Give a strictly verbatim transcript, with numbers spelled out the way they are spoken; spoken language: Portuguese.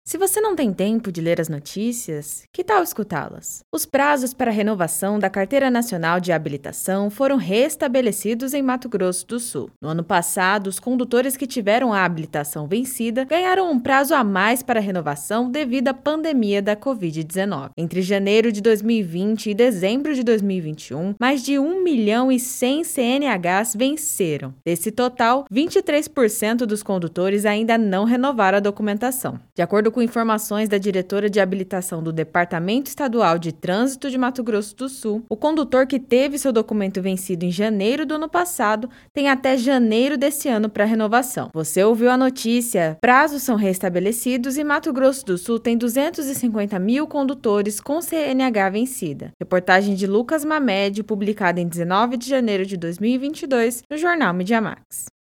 Se você não tem tempo de ler as notícias, que tal escutá-las? Os prazos para a renovação da Carteira Nacional de Habilitação foram restabelecidos em Mato Grosso do Sul. No ano passado, os condutores que tiveram a habilitação vencida ganharam um prazo a mais para a renovação devido à pandemia da covid dezenove. Entre janeiro de dois mil e vinte e dezembro de dois mil e vinte e um, mais de um milhão e cem C N Hs venceram. Desse total, vinte e três por cento dos condutores ainda não renovaram a documentação. De acordo com informações da diretora de habilitação do Departamento Estadual de Trânsito de Mato Grosso do Sul, o condutor que teve seu documento vencido em janeiro do ano passado tem até janeiro desse ano para renovação. Você ouviu a notícia? Prazos são restabelecidos e Mato Grosso do Sul tem duzentos e cinquenta mil condutores com C N H vencida. Reportagem de Lucas Mamed, publicada em dezenove de janeiro de dois mil e vinte e dois no jornal Media Max.